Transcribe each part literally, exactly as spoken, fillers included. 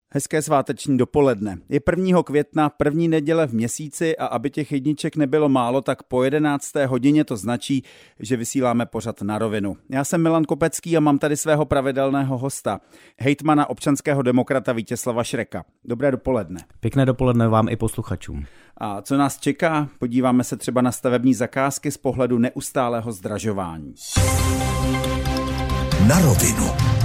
Hezké sváteční dopoledne. Je prvního května, první neděle v měsíci a aby těch jedniček nebylo málo, tak po jedenácté hodině to značí, že vysíláme pořad Na rovinu. Já jsem Milan Kopecký a mám tady svého pravidelného hosta, hejtmana občanského demokrata Vítězslava Šreka. Dobré dopoledne. Pěkné dopoledne vám i posluchačům. A co nás čeká? Podíváme se třeba na stavební zakázky z pohledu neustálého zdražování. Na rovinu.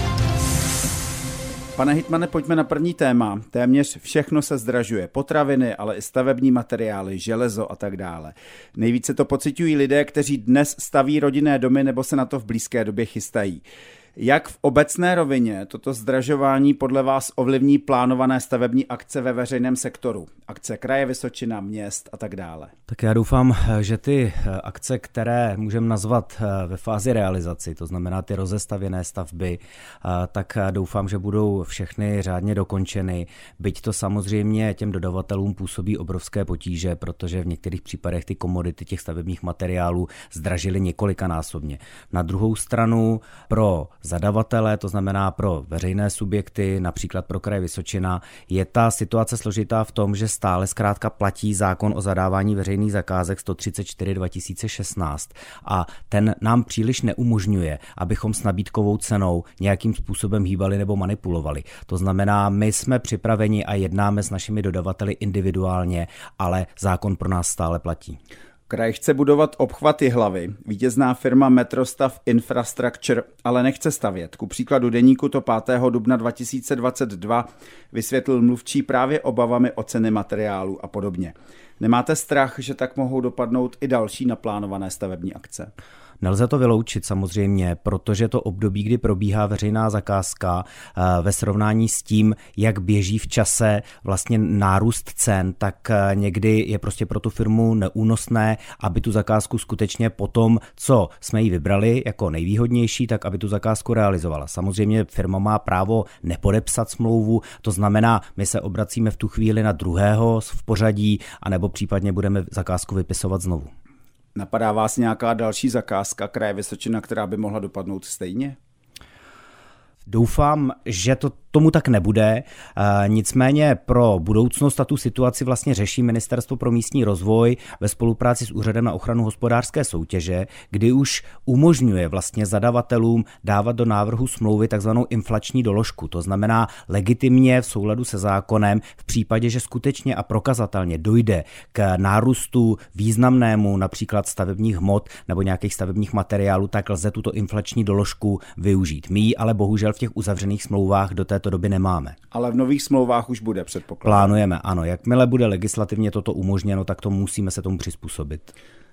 Pane hejtmane, pojďme na první téma. Téměř všechno se zdražuje. Potraviny, ale i stavební materiály, železo a tak dále. Nejvíce to pociťují lidé, kteří dnes staví rodinné domy nebo se na to v blízké době chystají. Jak v obecné rovině toto zdražování podle vás ovlivní plánované stavební akce ve veřejném sektoru? Akce kraje Vysočina, měst a tak dále. Tak já doufám, že ty akce, které můžeme nazvat ve fázi realizaci, to znamená ty rozestavěné stavby, tak doufám, že budou všechny řádně dokončeny. Byť to samozřejmě těm dodavatelům působí obrovské potíže, protože v některých případech ty komodity těch stavebních materiálů zdražily několikanásobně. Na druhou stranu pro zadavatele, to znamená pro veřejné subjekty, například pro kraj Vysočina, je ta situace složitá v tom, že stále zkrátka platí zákon o zadávání veřejných zakázek sto třicet čtyři dva tisíce šestnáct a ten nám příliš neumožňuje, abychom s nabídkovou cenou nějakým způsobem hýbali nebo manipulovali. To znamená, my jsme připraveni a jednáme s našimi dodavateli individuálně, ale zákon pro nás stále platí. Kraj chce budovat obchvat Jihlavy. Vítězná firma Metrostav Infrastructure ale nechce stavět. Ku příkladu deníku to pátého dubna dva tisíce dvacet dva vysvětlil mluvčí právě obavami o ceny materiálu a podobně. Nemáte strach, že tak mohou dopadnout i další naplánované stavební akce? Nelze to vyloučit samozřejmě, protože to období, kdy probíhá veřejná zakázka ve srovnání s tím, jak běží v čase vlastně nárůst cen, tak někdy je prostě pro tu firmu neúnosné, aby tu zakázku skutečně po tom, co jsme ji vybrali jako nejvýhodnější, tak aby tu zakázku realizovala. Samozřejmě firma má právo nepodepsat smlouvu, to znamená, my se obracíme v tu chvíli na druhého v pořadí, anebo případně budeme zakázku vypisovat znovu. Napadá vás nějaká další zakázka kraje Vysočina, která by mohla dopadnout stejně? Doufám, že to tomu tak nebude, nicméně pro budoucnost a tu situaci vlastně řeší Ministerstvo pro místní rozvoj ve spolupráci s Úřadem na ochranu hospodářské soutěže, kdy už umožňuje vlastně zadavatelům dávat do návrhu smlouvy takzvanou inflační doložku. To znamená legitimně v souladu se zákonem v případě, že skutečně a prokazatelně dojde k nárůstu významnému například stavebních hmot nebo nějakých stavebních materiálů, tak lze tuto inflační doložku využít. My ji ale bohužel v těch uzavřených smlouvách do této doby nemáme. Ale v nových smlouvách už bude, předpokládám. Plánujeme, ano. Jakmile bude legislativně toto umožněno, tak to musíme se tomu přizpůsobit.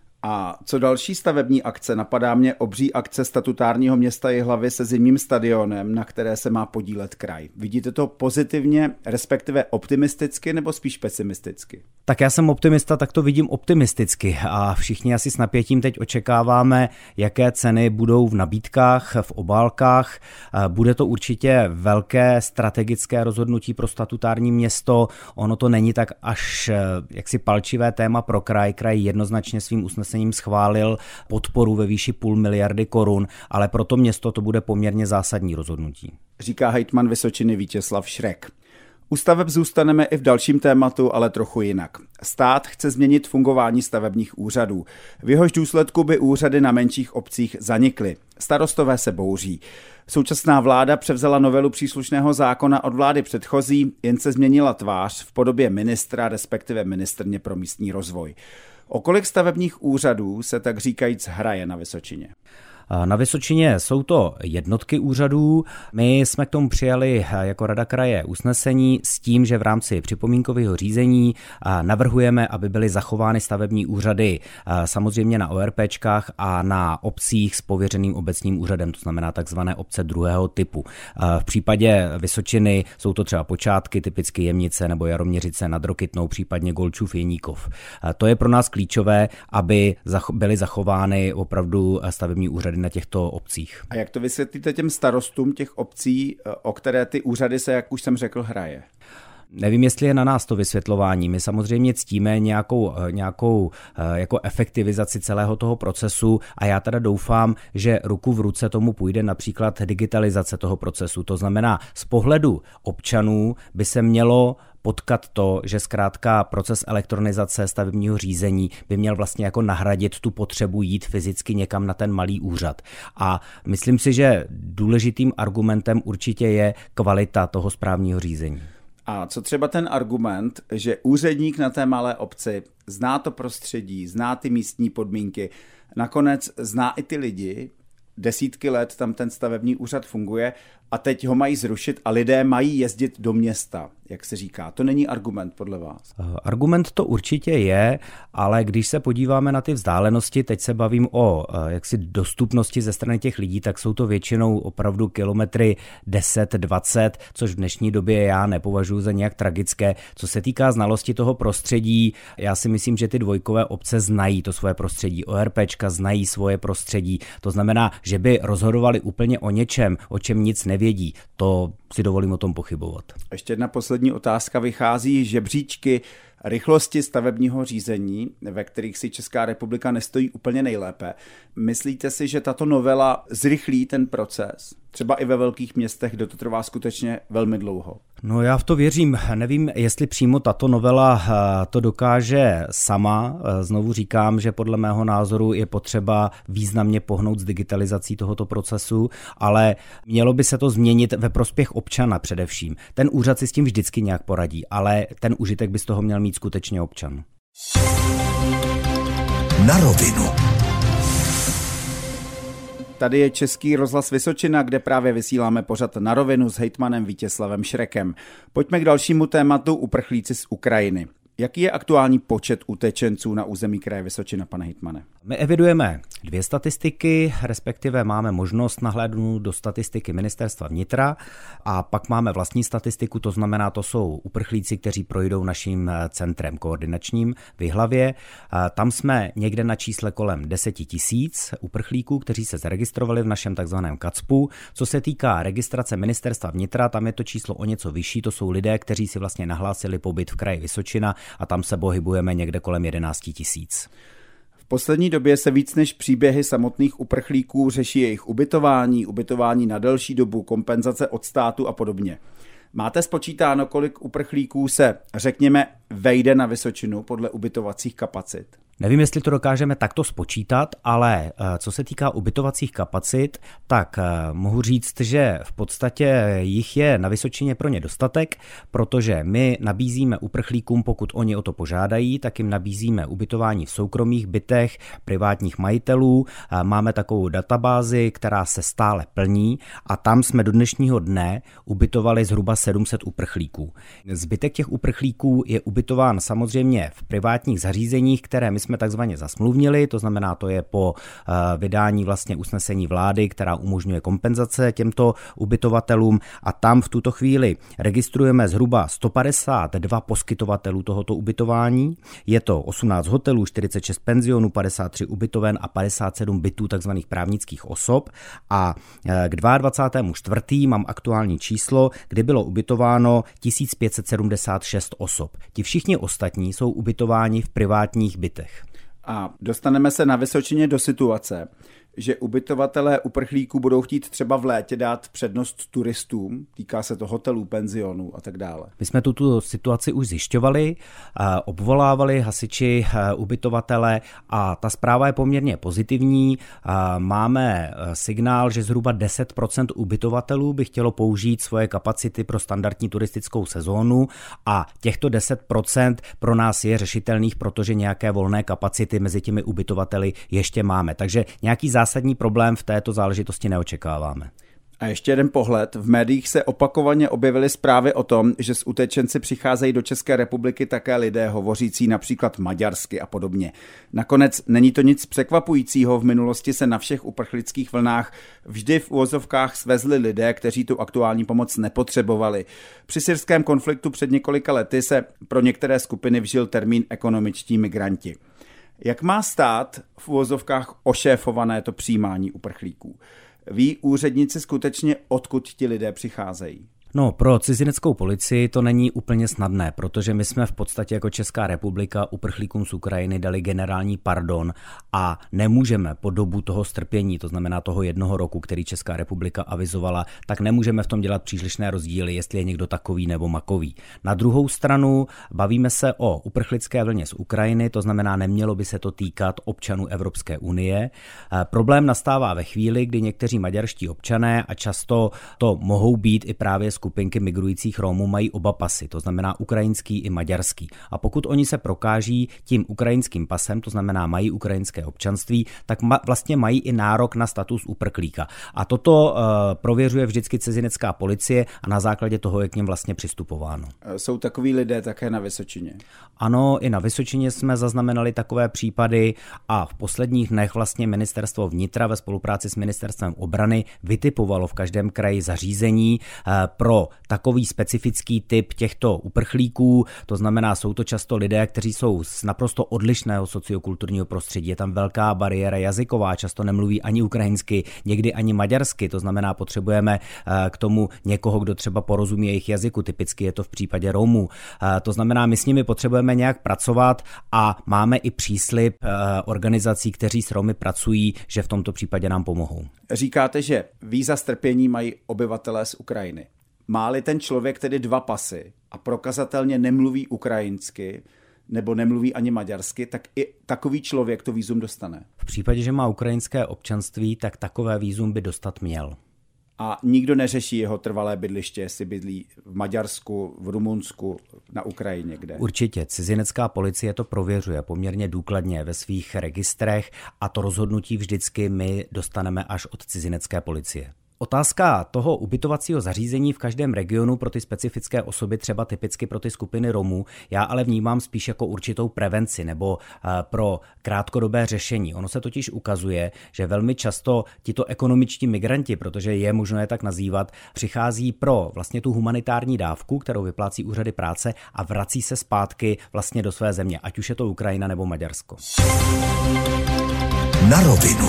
A co další stavební akce? Napadá mě obří akce statutárního města Jihlavy se zimním stadionem, na které se má podílet kraj. Vidíte to pozitivně, respektive optimisticky nebo spíš pesimisticky? Tak já jsem optimista, tak to vidím optimisticky a všichni asi s napětím teď očekáváme, jaké ceny budou v nabídkách, v obálkách. Bude to určitě velké strategické rozhodnutí pro statutární město. Ono to není tak až jaksi palčivé téma pro kraj. Kraj jednoznačně svým usnesením schválil podporu ve výši půl miliardy korun, ale pro to město to bude poměrně zásadní rozhodnutí. Říká hejtman Vysočiny Vítězslav Šrek. U staveb zůstaneme i v dalším tématu, ale trochu jinak. Stát chce změnit fungování stavebních úřadů. V jehož důsledku by úřady na menších obcích zanikly. Starostové se bouří. Současná vláda převzala novelu příslušného zákona od vlády předchozí, jen se změnila tvář v podobě ministra, respektive ministryně pro místní rozvoj. O kolik stavebních úřadů se tak říkajíc hraje na Vysočině? Na Vysočině jsou to jednotky úřadů. My jsme k tomu přijali jako Rada kraje usnesení s tím, že v rámci připomínkového řízení navrhujeme, aby byly zachovány stavební úřady samozřejmě na ORPčkách a na obcích s pověřeným obecním úřadem, to znamená takzvané obce druhého typu. V případě Vysočiny jsou to třeba Počátky, typicky Jemnice nebo Jaroměřice nad Rokytnou, případně Golčův, Jeníkov. To je pro nás klíčové, aby byly zachovány opravdu stavební úřady na těchto obcích. A jak to vysvětlíte těm starostům těch obcí, o které ty úřady se, jak už jsem řekl, hraje? Nevím, jestli je na nás to vysvětlování. My samozřejmě ctíme nějakou, nějakou jako efektivizaci celého toho procesu a já teda doufám, že ruku v ruce tomu půjde například digitalizace toho procesu. To znamená, z pohledu občanů by se mělo potkat to, že zkrátka proces elektronizace stavebního řízení by měl vlastně jako nahradit tu potřebu jít fyzicky někam na ten malý úřad. A myslím si, že důležitým argumentem určitě je kvalita toho správního řízení. A co třeba ten argument, že úředník na té malé obci zná to prostředí, zná ty místní podmínky, nakonec zná i ty lidi, desítky let tam ten stavební úřad funguje a teď ho mají zrušit a lidé mají jezdit do města, jak se říká. To není argument podle vás? Argument to určitě je, ale když se podíváme na ty vzdálenosti, teď se bavím o jaksi dostupnosti ze strany těch lidí, tak jsou to většinou opravdu kilometry deset dvacet, což v dnešní době já nepovažuji za nějak tragické. Co se týká znalosti toho prostředí, já si myslím, že ty dvojkové obce znají to svoje prostředí, ORPčka znají svoje prostředí. To znamená, že by rozhodovali úplně o něčem, o čem nic nevědí. To si dovolím o tom pochybovat. Ještě jedna poslední otázka. Vychází žebříčky rychlosti stavebního řízení, ve kterých si Česká republika nestojí úplně nejlépe. Myslíte si, že tato novela zrychlí ten proces? Třeba i ve velkých městech, kde to trvá skutečně velmi dlouho. No já v to věřím. Nevím, jestli přímo tato novela to dokáže sama. Znovu říkám, že podle mého názoru je potřeba významně pohnout s digitalizací tohoto procesu, ale mělo by se to změnit ve prospěch občana především. Ten úřad si s tím vždycky nějak poradí, ale ten užitek by z toho měl mít skutečně občan. Na rovinu. Tady je Český rozhlas Vysočina, kde právě vysíláme pořad Na rovinu s hejtmanem Vítězslavem Šrekem. Pojďme k dalšímu tématu, uprchlíci z Ukrajiny. Jaký je aktuální počet utečenců na území kraje Vysočina, pane hejtmane? My evidujeme dvě statistiky, respektive máme možnost nahlédnout do statistiky Ministerstva vnitra a pak máme vlastní statistiku, to znamená, to jsou uprchlíci, kteří projdou naším centrem koordinačním v Jihlavě. Tam jsme někde na čísle kolem deset tisíc uprchlíků, kteří se zaregistrovali v našem takzvaném KACPu. Co se týká registrace Ministerstva vnitra, tam je to číslo o něco vyšší, to jsou lidé, kteří si vlastně nahlásili pobyt v kraji Vysočina a tam se pohybujeme někde kolem jedenáct tisíc. V poslední době se víc než příběhy samotných uprchlíků řeší jejich ubytování, ubytování na delší dobu, kompenzace od státu a podobně. Máte spočítáno, kolik uprchlíků se, řekněme, vejde na Vysočinu podle ubytovacích kapacit? Nevím, jestli to dokážeme takto spočítat, ale co se týká ubytovacích kapacit, tak mohu říct, že v podstatě jich je na Vysočině pro ně dostatek, protože my nabízíme uprchlíkům, pokud oni o to požádají, tak jim nabízíme ubytování v soukromých bytech privátních majitelů. Máme takovou databázi, která se stále plní a tam jsme do dnešního dne ubytovali zhruba sedm set uprchlíků. Zbytek těch uprchlíků je ubytován samozřejmě v privátních zařízeních, které my jsme takzvaně zasmluvnili, to znamená, to je po vydání vlastně usnesení vlády, která umožňuje kompenzace těmto ubytovatelům a tam v tuto chvíli registrujeme zhruba sto padesát dva poskytovatelů tohoto ubytování. Je to osmnáct hotelů, čtyřicet šest penzionů, padesát tři ubytoven a padesát sedm bytů takzvaných právnických osob a k dvacátému dvacátého čtvrtého mám aktuální číslo, kdy bylo ubytováno tisíc pět set sedmdesát šest osob. Ti všichni ostatní jsou ubytováni v privátních bytech. A dostaneme se na Vysočině do situace, že ubytovatelé uprchlíků budou chtít třeba v létě dát přednost turistům, týká se to hotelů, penzionů a tak dále. My jsme tuto situaci už zjišťovali, obvolávali hasiči ubytovatele a ta zpráva je poměrně pozitivní. Máme signál, že zhruba deset procent ubytovatelů by chtělo použít svoje kapacity pro standardní turistickou sezónu a těchto deset procent pro nás je řešitelných, protože nějaké volné kapacity mezi těmi ubytovateli ještě máme. Takže nějaký zásadní problém v této záležitosti neočekáváme. A ještě jeden pohled. V médiích se opakovaně objevily zprávy o tom, že s utečenci přicházejí do České republiky také lidé hovořící například maďarsky a podobně. Nakonec není to nic překvapujícího, v minulosti se na všech uprchlických vlnách vždy v uvozovkách svezli lidé, kteří tu aktuální pomoc nepotřebovali. Při syrském konfliktu před několika lety se pro některé skupiny vžil termín ekonomičtí migranti. Jak má stát v uvozovkách ošéfované to přijímání uprchlíků? Ví úředníci skutečně, odkud ti lidé přicházejí? No, pro cizineckou policii to není úplně snadné, protože my jsme v podstatě jako Česká republika uprchlíkům z Ukrajiny dali generální pardon a nemůžeme po dobu toho strpění, to znamená toho jednoho roku, který Česká republika avizovala, tak nemůžeme v tom dělat přílišné rozdíly, jestli je někdo takový nebo makový. Na druhou stranu bavíme se o uprchlické vlně z Ukrajiny, to znamená, nemělo by se to týkat občanů Evropské unie. Problém nastává ve chvíli, kdy někteří maďarští občané, a často to mohou být i právě skupinky migrujících Romů, mají oba pasy, to znamená ukrajinský i maďarský. A pokud oni se prokáží tím ukrajinským pasem, to znamená mají ukrajinské občanství, tak ma, vlastně mají i nárok na status uprchlíka. A toto uh, prověřuje vždycky cizinecká policie a na základě toho je k něm vlastně přistupováno. Jsou takoví lidé také na Vysočině? Ano, i na Vysočině jsme zaznamenali takové případy a v posledních dnech vlastně ministerstvo vnitra ve spolupráci s ministerstvem obrany vytipovalo v každém kraji zařízení uh, pro takový specifický typ těchto uprchlíků, to znamená, jsou to často lidé, kteří jsou z naprosto odlišného sociokulturního prostředí. Je tam velká bariéra jazyková, často nemluví ani ukrajinsky, někdy ani maďarsky, to znamená, potřebujeme k tomu někoho, kdo třeba porozumí jejich jazyku, typicky je to v případě Romů. To znamená, my s nimi potřebujeme nějak pracovat a máme i příslib organizací, kteří s Romy pracují, že v tomto případě nám pomohou. Říkáte, že víza strpění mají obyvatelé z Ukrajiny. Má-li ten člověk tedy dva pasy a prokazatelně nemluví ukrajinsky nebo nemluví ani maďarsky, tak i takový člověk to vízum dostane. V případě, že má ukrajinské občanství, tak takové vízum by dostat měl. A nikdo neřeší jeho trvalé bydliště, jestli bydlí v Maďarsku, v Rumunsku, na Ukrajině, kde? Určitě. Cizinecká policie to prověřuje poměrně důkladně ve svých registrech a to rozhodnutí vždycky my dostaneme až od cizinecké policie. Otázka toho ubytovacího zařízení v každém regionu pro ty specifické osoby, třeba typicky pro ty skupiny Romů, já ale vnímám spíš jako určitou prevenci nebo pro krátkodobé řešení. Ono se totiž ukazuje, že velmi často tito ekonomičtí migranti, protože je možno je tak nazývat, přichází pro vlastně tu humanitární dávku, kterou vyplácí úřady práce a vrací se zpátky vlastně do své země, ať už je to Ukrajina nebo Maďarsko. Na rovinu.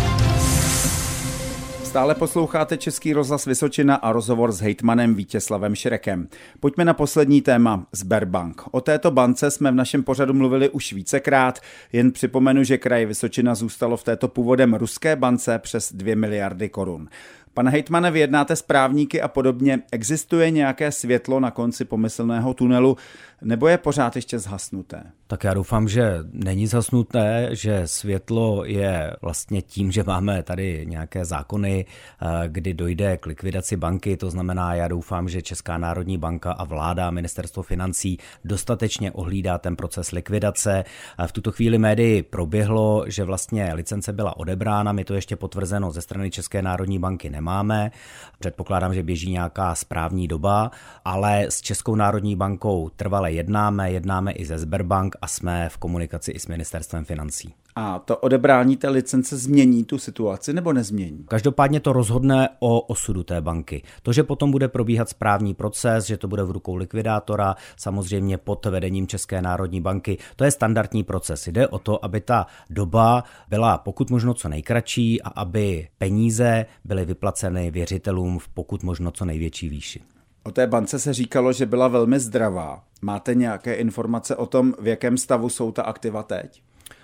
Stále posloucháte Český rozhlas Vysočina a rozhovor s hejtmanem Vítězslavem Šrekem. Pojďme na poslední téma, Sberbank. O této bance jsme v našem pořadu mluvili už vícekrát, jen připomenu, že kraj Vysočina zůstalo v této původem ruské bance přes dvě miliardy korun. Pane hejtmane, vy jednáte s právníky a podobně. Existuje nějaké světlo na konci pomyslného tunelu, nebo je pořád ještě zhasnuté? Tak já doufám, že není zhasnuté, že světlo je vlastně tím, že máme tady nějaké zákony, kdy dojde k likvidaci banky. To znamená, já doufám, že Česká národní banka a vláda, ministerstvo financí dostatečně ohlídá ten proces likvidace. V tuto chvíli médii proběhlo, že vlastně licence byla odebrána, my to ještě potvrzeno ze strany České národní banky nemáme. Předpokládám, že běží nějaká správní doba, ale s Českou národní bankou trvale jednáme, jednáme i ze Sberbank a jsme v komunikaci i s ministerstvem financí. A to odebrání té licence změní tu situaci nebo nezmění? Každopádně to rozhodne o osudu té banky. To, že potom bude probíhat správní proces, že to bude v rukou likvidátora, samozřejmě pod vedením České národní banky, to je standardní proces. Jde o to, aby ta doba byla pokud možno co nejkratší a aby peníze byly vyplaceny věřitelům v pokud možno co největší výši. O té bance se říkalo, že byla velmi zdravá. Máte nějaké informace o tom, v jakém stavu jsou ta aktiva teď?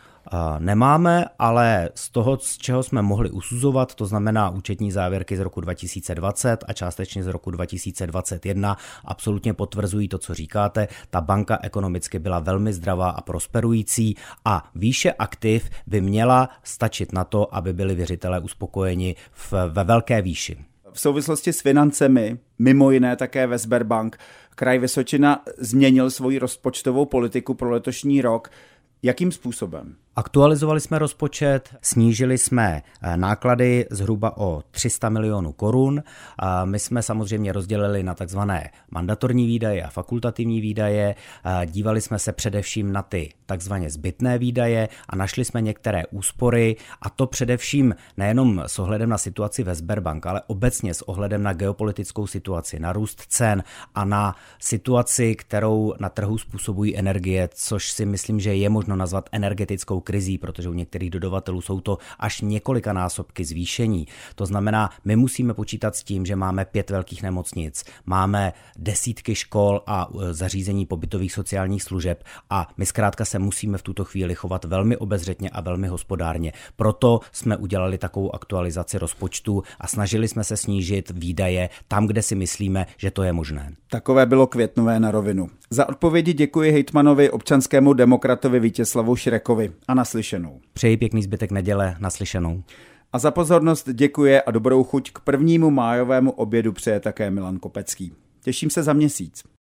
Nemáme, ale z toho, z čeho jsme mohli usuzovat, to znamená účetní závěrky z roku dva tisíce dvacet a částečně z roku dva tisíce dvacet jedna, absolutně potvrzují to, co říkáte. Ta banka ekonomicky byla velmi zdravá a prosperující a výše aktiv by měla stačit na to, aby byli věřitelé uspokojeni v, ve velké výši. V souvislosti s financemi, mimo jiné také ve Sberbank, kraj Vysočina změnil svoji rozpočtovou politiku pro letošní rok. Jakým způsobem? Aktualizovali jsme rozpočet, snížili jsme náklady zhruba o tři sta milionů korun. My jsme samozřejmě rozdělili na takzvané mandatorní výdaje a fakultativní výdaje. Dívali jsme se především na ty takzvaně zbytné výdaje a našli jsme některé úspory, a to především nejenom s ohledem na situaci ve Sberbank, ale obecně s ohledem na geopolitickou situaci, na růst cen a na situaci, kterou na trhu způsobují energie, což si myslím, že je možno nazvat energetickou tou krizí, protože u některých dodavatelů jsou to až několika násobky zvýšení. To znamená, my musíme počítat s tím, že máme pět velkých nemocnic, máme desítky škol a zařízení pobytových sociálních služeb a my zkrátka se musíme v tuto chvíli chovat velmi obezřetně a velmi hospodárně. Proto jsme udělali takovou aktualizaci rozpočtu a snažili jsme se snížit výdaje tam, kde si myslíme, že to je možné. Takové bylo květnové Na rovinu. Za odpovědi děkuji hejtmanovi občanskému demokratovi Vítězslavu Šrekovi a naslyšenou. Přeji pěkný zbytek neděle, naslyšenou. A za pozornost děkuje a dobrou chuť k prvnímu májovému obědu přeje také Milan Kopecký. Těším se za měsíc.